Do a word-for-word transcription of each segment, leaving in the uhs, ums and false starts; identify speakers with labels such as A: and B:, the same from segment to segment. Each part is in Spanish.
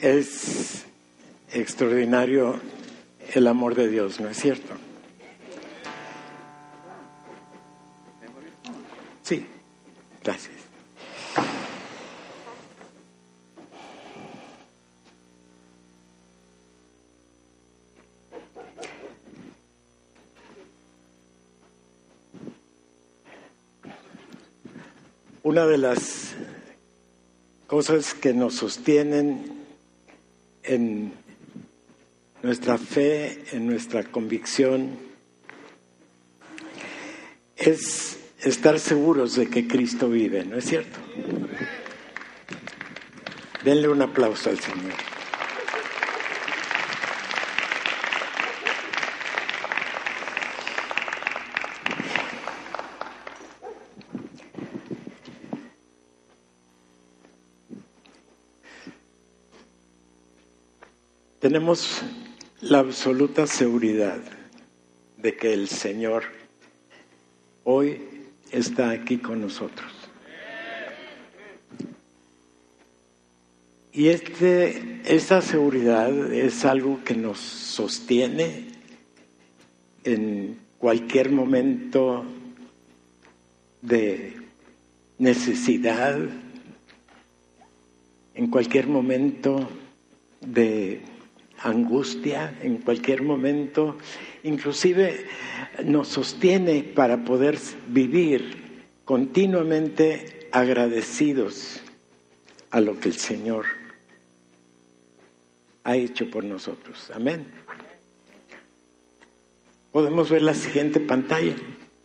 A: Es extraordinario el amor de Dios, ¿no es cierto? Sí, gracias. Una de las cosas que nos sostienen en nuestra fe, en nuestra convicción, es estar seguros de que Cristo vive, ¿no es cierto? Denle un aplauso al Señor. Tenemos la absoluta seguridad de que el Señor hoy está aquí con nosotros. Y este, esta seguridad es algo que nos sostiene en cualquier momento de necesidad, en cualquier momento de angustia, en cualquier momento, inclusive nos sostiene para poder vivir continuamente agradecidos a lo que el Señor ha hecho por nosotros. Amén. Podemos ver la siguiente pantalla.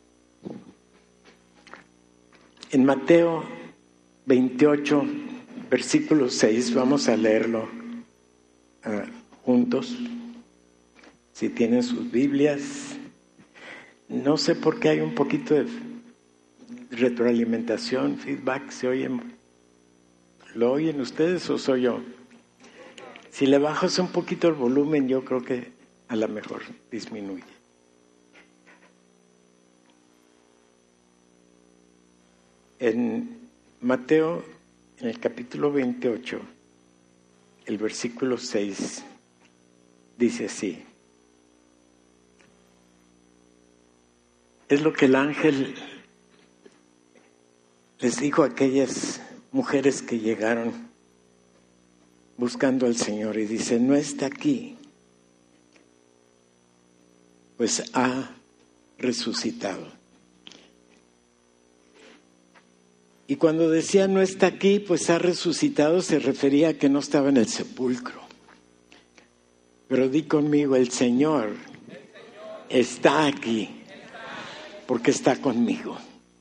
A: En Mateo veintiocho, versículo seis, vamos a leerlo uh, juntos. Si tienen sus Biblias. No sé por qué hay un poquito de retroalimentación, feedback. ¿Se oyen? ¿Lo oyen ustedes o soy yo? Si le bajas un poquito el volumen, yo creo que a lo mejor disminuye. En Mateo, en el capítulo veintiocho, el versículo seis, dice así. Es lo que el ángel les dijo a aquellas mujeres que llegaron buscando al Señor, y dice: no está aquí, pues ha resucitado. Y cuando decía no está aquí, pues ha resucitado, se refería a que no estaba en el sepulcro. Pero di conmigo, el Señor está aquí, porque está conmigo.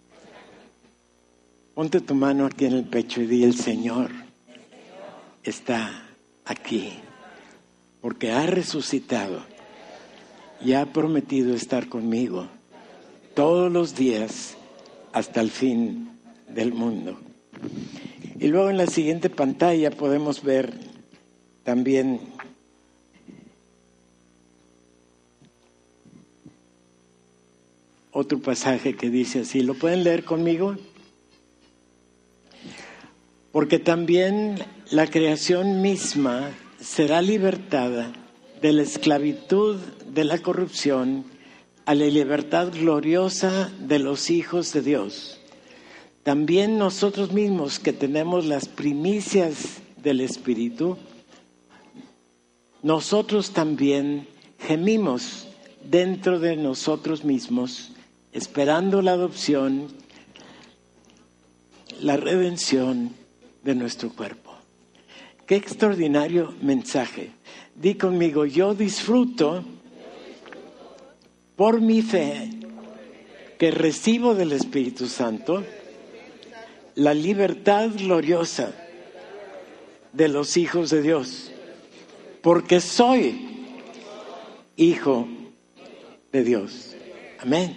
A: Ponte tu mano aquí en el pecho y di: el Señor está aquí, porque ha resucitado y ha prometido estar conmigo todos los días hasta el fin del mundo. Y luego en la siguiente pantalla podemos ver también otro pasaje que dice así. ¿Lo pueden leer conmigo? Porque también la creación misma será libertada de la esclavitud de la corrupción a la libertad gloriosa de los hijos de Dios. También nosotros mismos, que tenemos las primicias del Espíritu, nosotros también gemimos dentro de nosotros mismos, esperando la adopción, la redención de nuestro cuerpo. Qué extraordinario mensaje. Di conmigo: yo disfruto por mi fe que recibo del Espíritu Santo la libertad gloriosa de los hijos de Dios, porque soy hijo de Dios. Amén.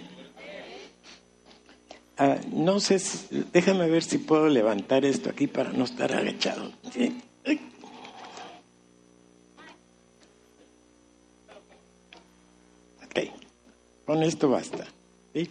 A: Uh, no sé, si, déjame ver si puedo levantar esto aquí para no estar agachado. ¿Sí? Ok, con esto basta. ¿Sí?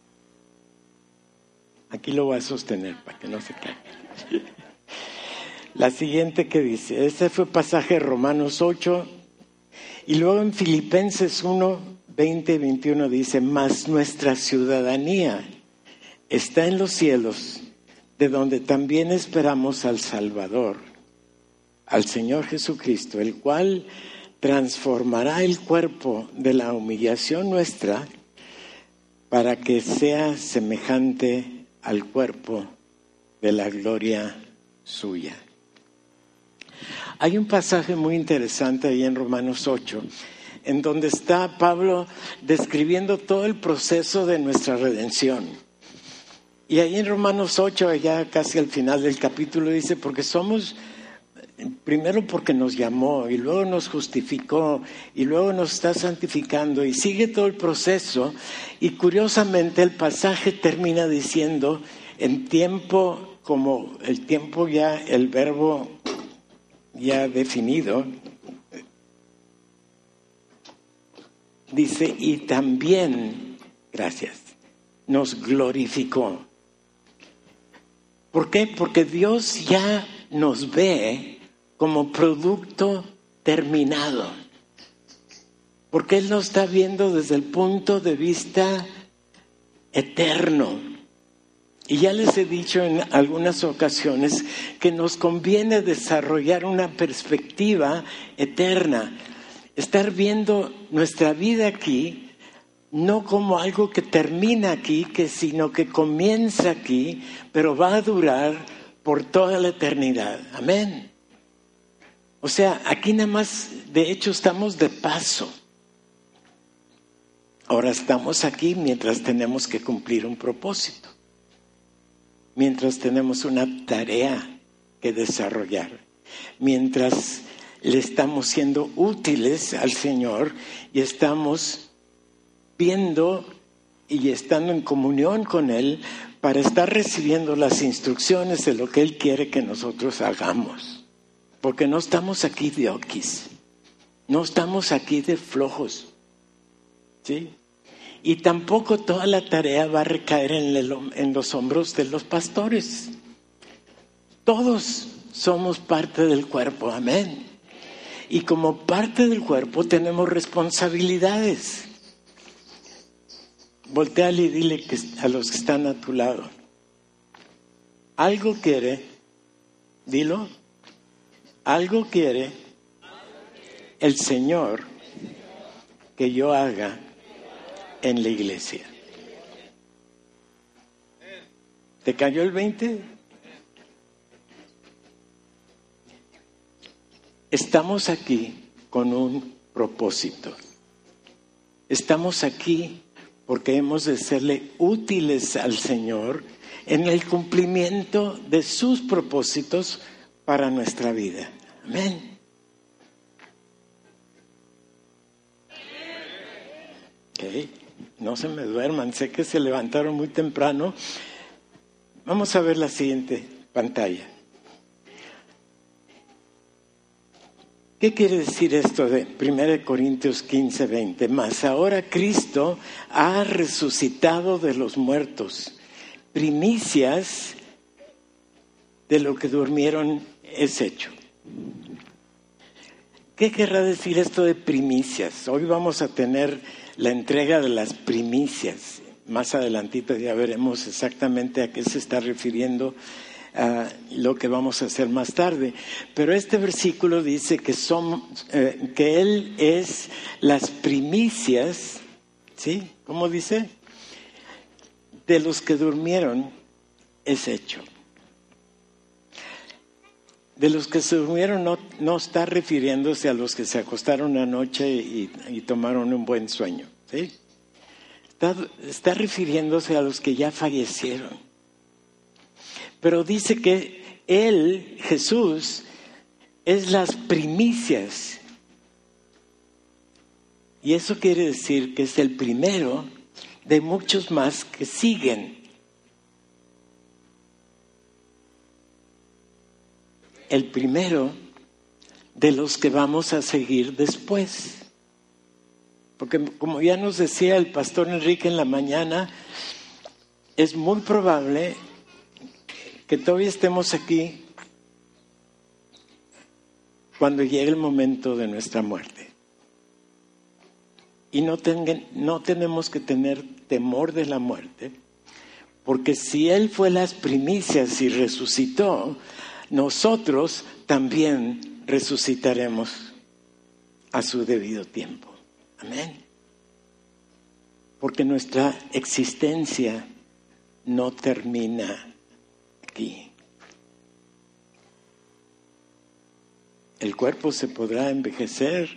A: Aquí lo voy a sostener para que no se caiga. La siguiente que dice, este fue pasaje de Romanos ocho, y luego en Filipenses uno, veinte y veintiuno dice, mas nuestra ciudadanía está en los cielos, de donde también esperamos al Salvador, al Señor Jesucristo, el cual transformará el cuerpo de la humillación nuestra para que sea semejante al cuerpo de la gloria suya. Hay un pasaje muy interesante ahí en Romanos ocho, en donde está Pablo describiendo todo el proceso de nuestra redención. Y ahí en Romanos ocho, ya casi al final del capítulo, dice, porque somos, primero porque nos llamó, y luego nos justificó, y luego nos está santificando, y sigue todo el proceso. Y curiosamente el pasaje termina diciendo, en tiempo, como el tiempo ya, el verbo ya definido, dice, y también, gracias, nos glorificó. ¿Por qué? Porque Dios ya nos ve como producto terminado. Porque Él nos está viendo desde el punto de vista eterno. Y ya les he dicho en algunas ocasiones que nos conviene desarrollar una perspectiva eterna. Estar viendo nuestra vida aquí, no como algo que termina aquí, que sino que comienza aquí, pero va a durar por toda la eternidad. Amén. O sea, aquí nada más, de hecho, estamos de paso. Ahora estamos aquí mientras tenemos que cumplir un propósito. Mientras tenemos una tarea que desarrollar, mientras le estamos siendo útiles al Señor y estamos viendo y estando en comunión con Él para estar recibiendo las instrucciones de lo que Él quiere que nosotros hagamos. Porque no estamos aquí de oquis, no estamos aquí de flojos, ¿sí? Y tampoco toda la tarea va a recaer en, el, en los hombros de los pastores. Todos somos parte del cuerpo, amén. Y como parte del cuerpo tenemos responsabilidades. Voltéale y dile que, a los que están a tu lado. Algo quiere, dilo, algo quiere el Señor que yo haga en la iglesia. ¿Te cayó el veinte? Estamos aquí con un propósito. Estamos aquí porque hemos de serle útiles al Señor en el cumplimiento de sus propósitos para nuestra vida. Amén. Okay. No se me duerman, sé que se levantaron muy temprano. Vamos a ver la siguiente pantalla. ¿Qué quiere decir esto de primera de Corintios quince, veinte? Mas ahora Cristo ha resucitado de los muertos, primicias de lo que durmieron es hecho. ¿Qué querrá decir esto de primicias? Hoy vamos a tener la entrega de las primicias. Más adelantito ya veremos exactamente a qué se está refiriendo uh, lo que vamos a hacer más tarde. Pero este versículo dice que, son, eh, que Él es las primicias, ¿sí? ¿Cómo dice? De los que durmieron es hecho. De los que se durmieron no, no está refiriéndose a los que se acostaron anoche y, y tomaron un buen sueño, ¿sí? Está, está refiriéndose a los que ya fallecieron. Pero dice que Él, Jesús, es las primicias. Y eso quiere decir que es el primero de muchos más que siguen. El primero de los que vamos a seguir después. Porque como ya nos decía el pastor Enrique en la mañana, es muy probable que todavía estemos aquí cuando llegue el momento de nuestra muerte. Y no, tengan, no tenemos que tener temor de la muerte, porque si Él fue las primicias y resucitó, nosotros también resucitaremos a su debido tiempo. Amén. Porque nuestra existencia no termina aquí. El cuerpo se podrá envejecer,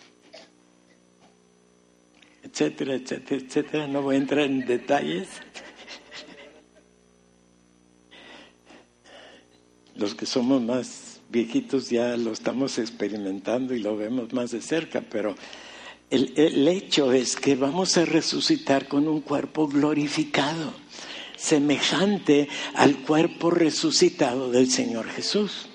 A: etcétera, etcétera, etcétera. No voy a entrar en detalles. Los que somos más viejitos ya lo estamos experimentando y lo vemos más de cerca, pero el, el hecho es que vamos a resucitar con un cuerpo glorificado, semejante al cuerpo resucitado del Señor Jesús.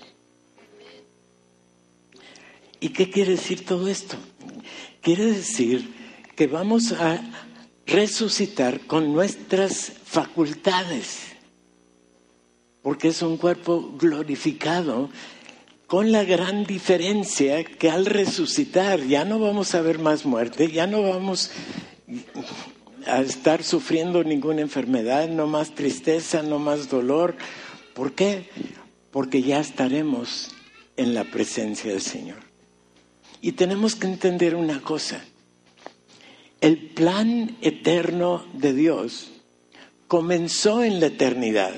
A: ¿Y qué quiere decir todo esto? Quiere decir que vamos a resucitar con nuestras facultades, porque es un cuerpo glorificado, con la gran diferencia que al resucitar ya no vamos a ver más muerte, ya no vamos a estar sufriendo ninguna enfermedad, no más tristeza, no más dolor. ¿Por qué? Porque ya estaremos en la presencia del Señor. Y tenemos que entender una cosa: el plan eterno de Dios comenzó en la eternidad.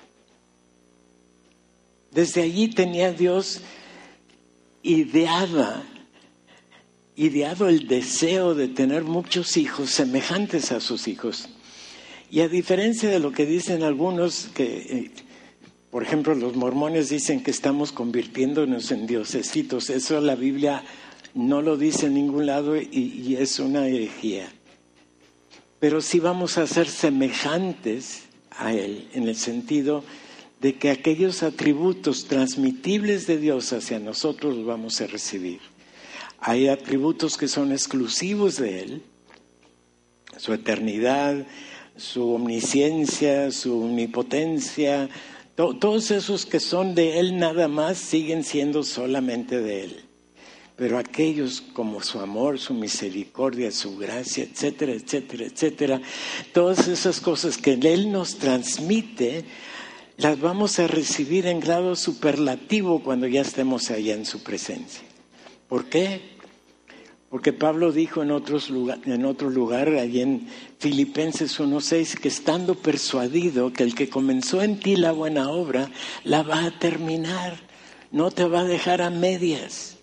A: Desde allí tenía Dios ideada, ideado el deseo de tener muchos hijos semejantes a sus hijos. Y a diferencia de lo que dicen algunos, que eh, por ejemplo los mormones dicen que estamos convirtiéndonos en diosesitos, eso la Biblia no lo dice en ningún lado y, y es una herejía. Pero sí vamos a ser semejantes a Él, en el sentido de que aquellos atributos transmitibles de Dios hacia nosotros los vamos a recibir. Hay atributos que son exclusivos de Él: su eternidad, su omnisciencia, su omnipotencia, to- todos esos que son de Él nada más siguen siendo solamente de Él. Pero aquellos como su amor, su misericordia, su gracia, etcétera, etcétera, etcétera, todas esas cosas que Él nos transmite, las vamos a recibir en grado superlativo cuando ya estemos allá en su presencia. ¿Por qué? Porque Pablo dijo en, otros lugar, en otro lugar, allí en Filipenses uno seis, que estando persuadido que el que comenzó en ti la buena obra, la va a terminar, no te va a dejar a medias.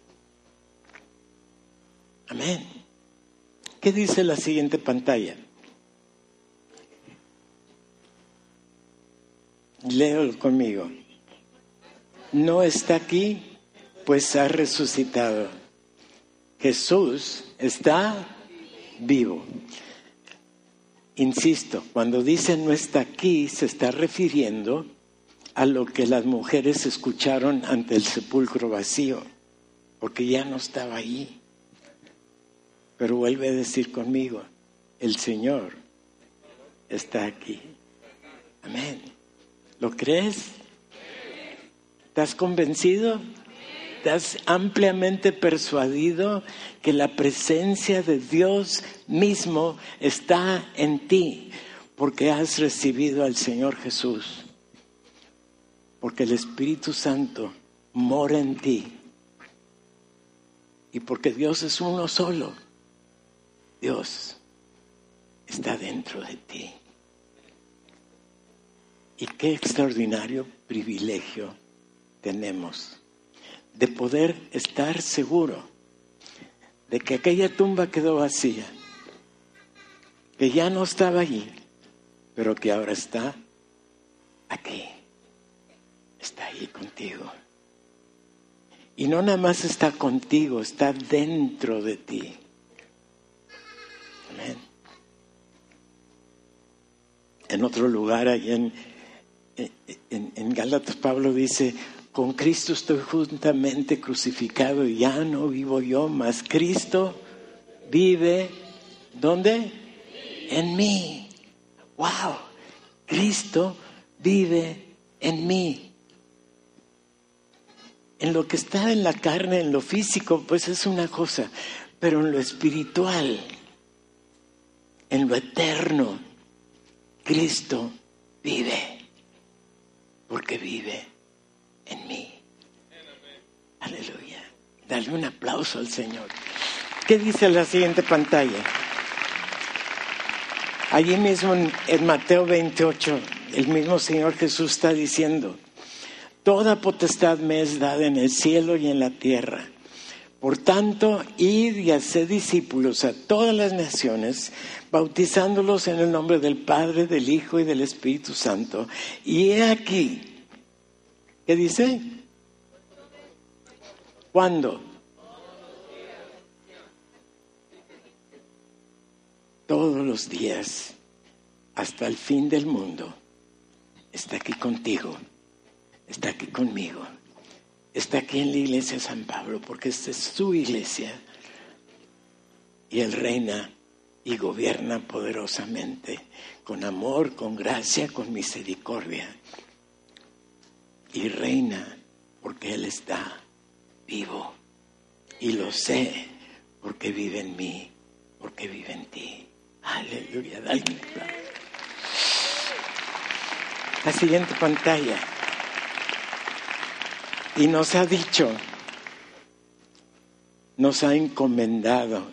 A: Amén. ¿Qué dice la siguiente pantalla? Léelo conmigo. No está aquí, pues ha resucitado. Jesús está vivo. Insisto, cuando dice no está aquí, se está refiriendo a lo que las mujeres escucharon ante el sepulcro vacío, porque ya no estaba allí. Pero vuelve a decir conmigo, el Señor está aquí. Amén. ¿Lo crees? ¿Estás convencido? ¿Estás ampliamente persuadido que la presencia de Dios mismo está en ti? Porque has recibido al Señor Jesús. Porque el Espíritu Santo mora en ti. Y porque Dios es uno solo. Dios está dentro de ti. Y qué extraordinario privilegio tenemos de poder estar seguro de que aquella tumba quedó vacía, que ya no estaba allí, pero que ahora está aquí, está ahí contigo. Y no nada más está contigo, está dentro de ti. Amén. En otro lugar, allí en En, en Gálatas, Pablo dice: con Cristo estoy juntamente crucificado y ya no vivo yo, mas Cristo vive, ¿dónde? En mí. ¡Wow! Cristo vive en mí. En lo que está en la carne, en lo físico, pues es una cosa, pero en lo espiritual, en lo eterno, Cristo vive, porque vive en mí. Aleluya. Dale un aplauso al Señor. ¿Qué dice la siguiente pantalla? Allí mismo en, en Mateo veintiocho, el mismo Señor Jesús está diciendo: toda potestad me es dada en el cielo y en la tierra. Por tanto, id y haced discípulos a todas las naciones, bautizándolos en el nombre del Padre, del Hijo y del Espíritu Santo. Y he aquí, ¿qué dice? ¿Cuándo? Todos los días, hasta el fin del mundo, está aquí contigo, está aquí conmigo, está aquí en la iglesia de San Pablo, porque esta es su iglesia. Y Él reina y gobierna poderosamente, con amor, con gracia, con misericordia. Y reina porque Él está vivo. Y lo sé porque vive en mí, porque vive en ti. Aleluya, dale un aplauso. La siguiente pantalla. Y nos ha dicho, nos ha encomendado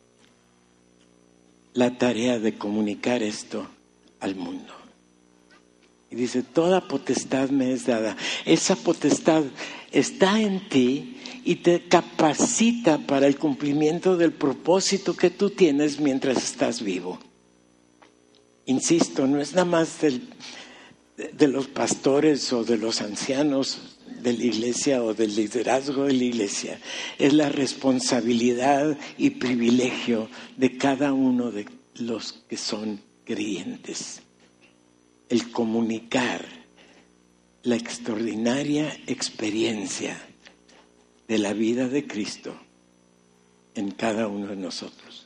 A: la tarea de comunicar esto al mundo. Y dice, toda potestad me es dada. Esa potestad está en ti y te capacita para el cumplimiento del propósito que tú tienes mientras estás vivo. Insisto, no es nada más del, de los pastores o de los ancianos de la iglesia o del liderazgo de la iglesia. Es la responsabilidad y privilegio de cada uno de los que son creyentes. El comunicar la extraordinaria experiencia de la vida de Cristo en cada uno de nosotros.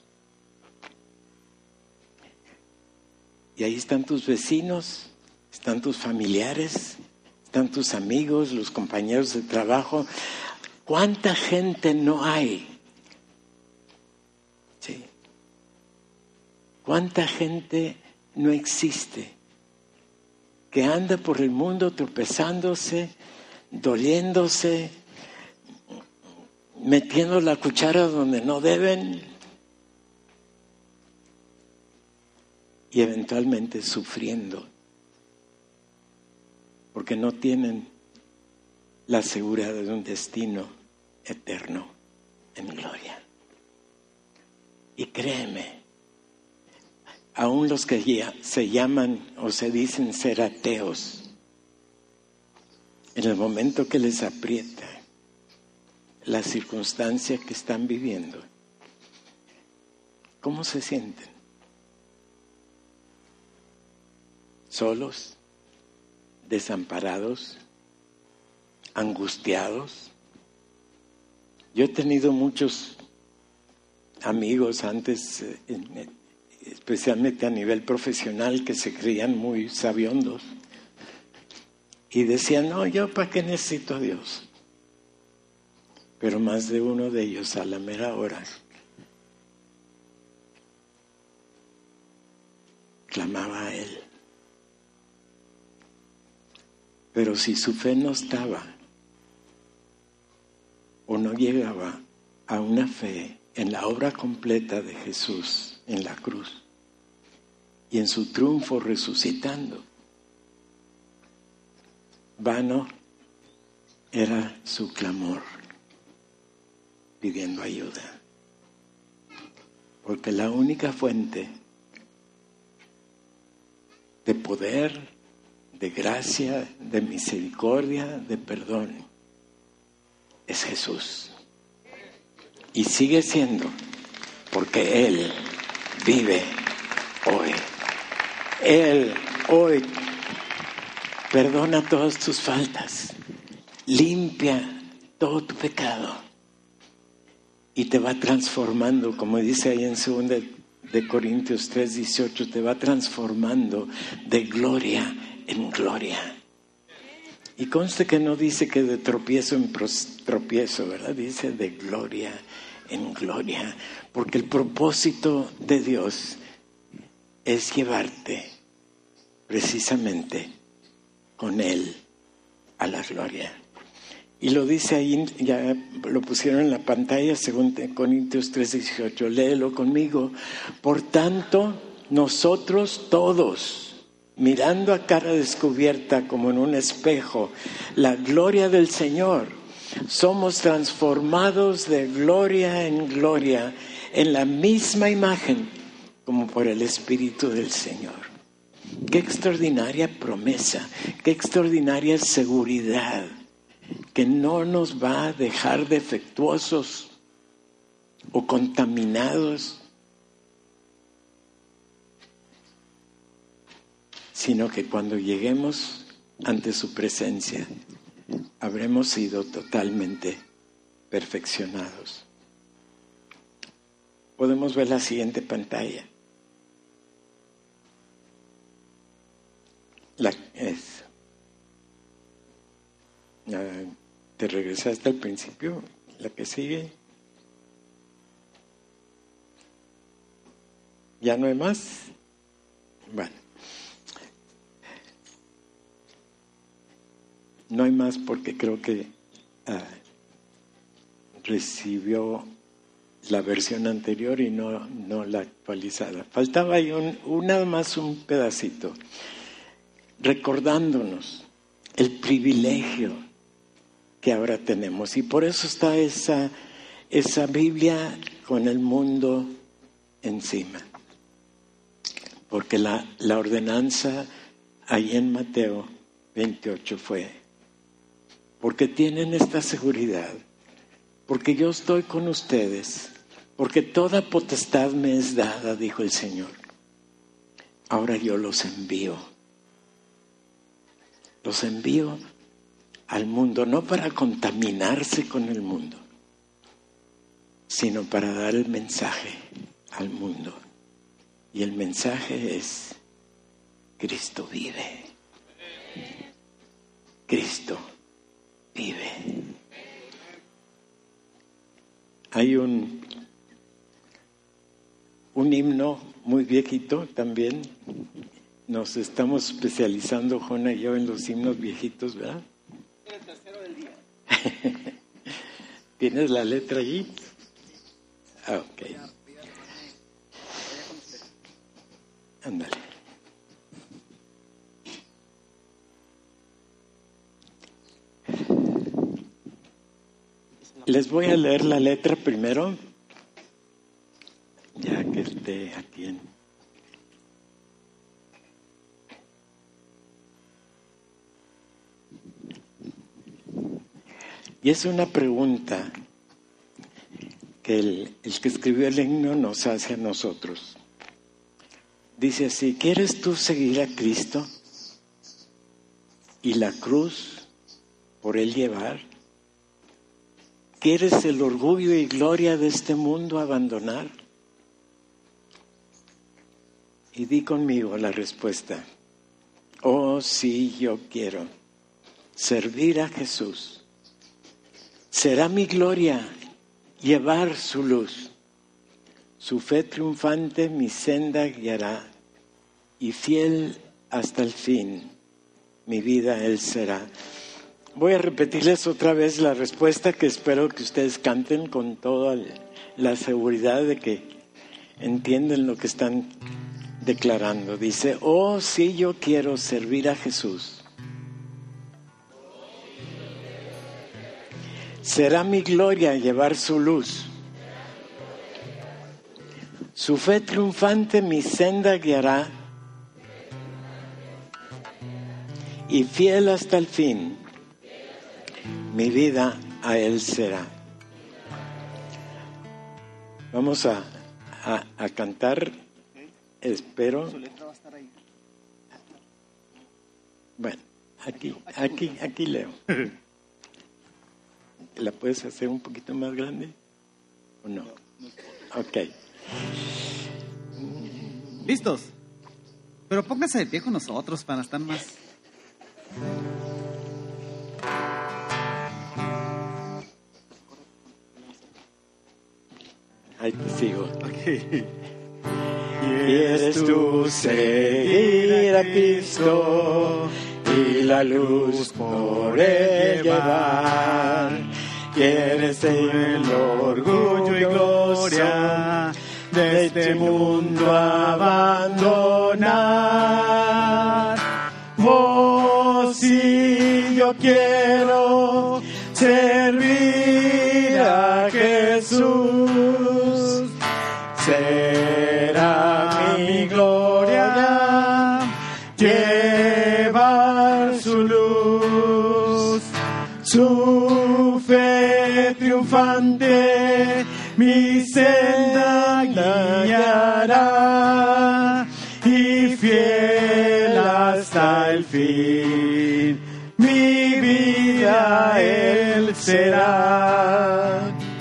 A: Y ahí están tus vecinos, están tus familiares, están tus amigos, los compañeros de trabajo. ¿Cuánta gente no hay? Sí. ¿Cuánta gente no existe que anda por el mundo tropezándose, doliéndose, metiendo la cuchara donde no deben y eventualmente sufriendo porque no tienen la seguridad de un destino eterno en gloria? Y créeme, aún los que ya se llaman o se dicen ser ateos, en el momento que les aprieta la circunstancia que están viviendo, ¿cómo se sienten? ¿Solos? ¿Desamparados? ¿Angustiados? Yo he tenido muchos amigos antes, especialmente a nivel profesional, que se creían muy sabiondos y decían, no, yo para qué necesito a Dios. Pero más de uno de ellos a la mera hora clamaba a Él. Pero si su fe no estaba o no llegaba a una fe en la obra completa de Jesús en la cruz y en su triunfo resucitando, vano era su clamor pidiendo ayuda. Porque la única fuente de poder, de gracia, de misericordia, de perdón, es Jesús. Y sigue siendo, porque Él vive hoy. Él hoy perdona todas tus faltas, limpia todo tu pecado y te va transformando, como dice ahí en segunda de Corintios tres dieciocho, te va transformando de gloria en gloria. Y conste que no dice que de tropiezo en tropiezo, ¿verdad? Dice de gloria en gloria, porque el propósito de Dios es llevarte precisamente con Él a la gloria. Y lo dice ahí, ya lo pusieron en la pantalla, según Corintios tres dieciocho, léelo conmigo. Por tanto, nosotros todos, mirando a cara descubierta como en un espejo la gloria del Señor, somos transformados de gloria en gloria en la misma imagen como por el Espíritu del Señor. Qué extraordinaria promesa, qué extraordinaria seguridad, que no nos va a dejar defectuosos o contaminados, sino que cuando lleguemos ante su presencia, habremos sido totalmente perfeccionados. Podemos ver la siguiente pantalla. La, es, uh, ¿Te regresaste al principio? La que sigue. ¿Ya no hay más? Bueno. No hay más porque creo que uh, recibió la versión anterior y no, no la actualizada. Faltaba ahí un, un, nada más un pedacito, recordándonos el privilegio que ahora tenemos. Y por eso está esa, esa Biblia con el mundo encima. Porque la, la ordenanza ahí en Mateo veintiocho fue: porque tienen esta seguridad, porque yo estoy con ustedes, porque toda potestad me es dada, dijo el Señor. Ahora yo los envío. Los envío al mundo, no para contaminarse con el mundo, sino para dar el mensaje al mundo. Y el mensaje es: Cristo vive. Cristo vive. Hay un, un himno muy viejito también. Nos estamos especializando, Jona y yo, en los himnos viejitos, ¿verdad?
B: El tercero del día.
A: ¿Tienes la letra allí? Ah, ok. Ándale. Les voy a leer la letra primero, ya que esté aquí en... Y es una pregunta que el, el que escribió el himno nos hace a nosotros. Dice así: ¿quieres tú seguir a Cristo y la cruz por Él llevar? ¿Quieres el orgullo y gloria de este mundo abandonar? Y di conmigo la respuesta: oh, sí, yo quiero servir a Jesús. Será mi gloria llevar su luz. Su fe triunfante mi senda guiará, y fiel hasta el fin mi vida Él será. Voy a repetirles otra vez la respuesta, que espero que ustedes canten con toda la seguridad de que entienden lo que están declarando. Dice: oh, sí, yo quiero servir a Jesús. Será mi gloria llevar su luz. Su fe triunfante mi senda guiará, y fiel hasta el fin mi vida a Él será. Vamos a, a, a cantar, espero.
B: Su letra va a estar ahí.
A: Bueno, aquí, aquí, aquí leo. ¿La puedes hacer un poquito más grande o no? Ok.
B: ¿Listos? Pero pónganse de pie con nosotros para estar más...
A: Ahí te sigo.
B: Okay.
A: ¿Quieres tú seguir a Cristo y la luz por él llevar? ¿Quieres el orgullo y gloria de este mundo abandonar? Oh, si yo quiero servir a Jesús, será mi gloria llevar su luz, su fe triunfante mi senda guiará, y fiel hasta el fin mi vida él será.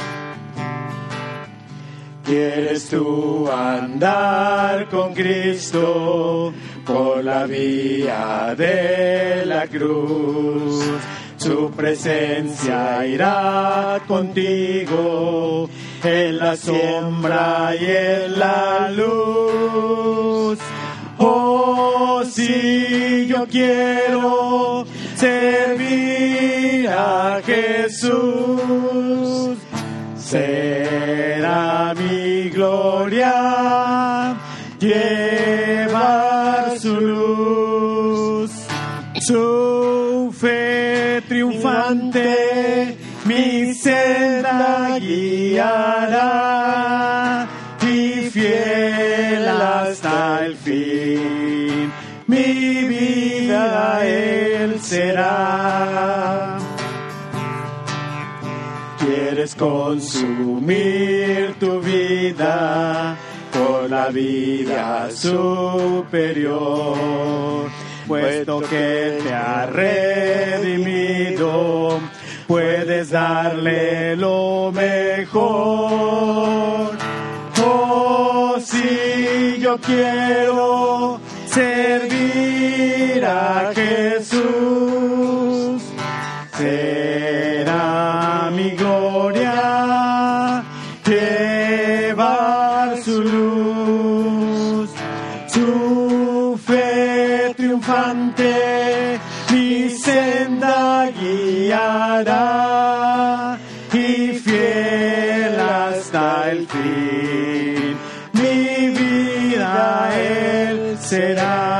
A: ¿Quieres tú andar con Cristo por la vía de la cruz? Su presencia irá contigo en la sombra y en la luz. Oh, si yo quiero servir a Jesús, será mi gloria llevar su luz, su fe triunfante mi senda guiará, y fiel hasta el fin mi vida él será. ¿Quieres consumir tu vida por la vida superior? Puesto que te ha redimido, puedes darle lo mejor. Oh, si yo quiero servir a Jesús, será mi gloria llevar su luz, su fe triunfante mi senda guiará, y fiel hasta el fin mi vida él será.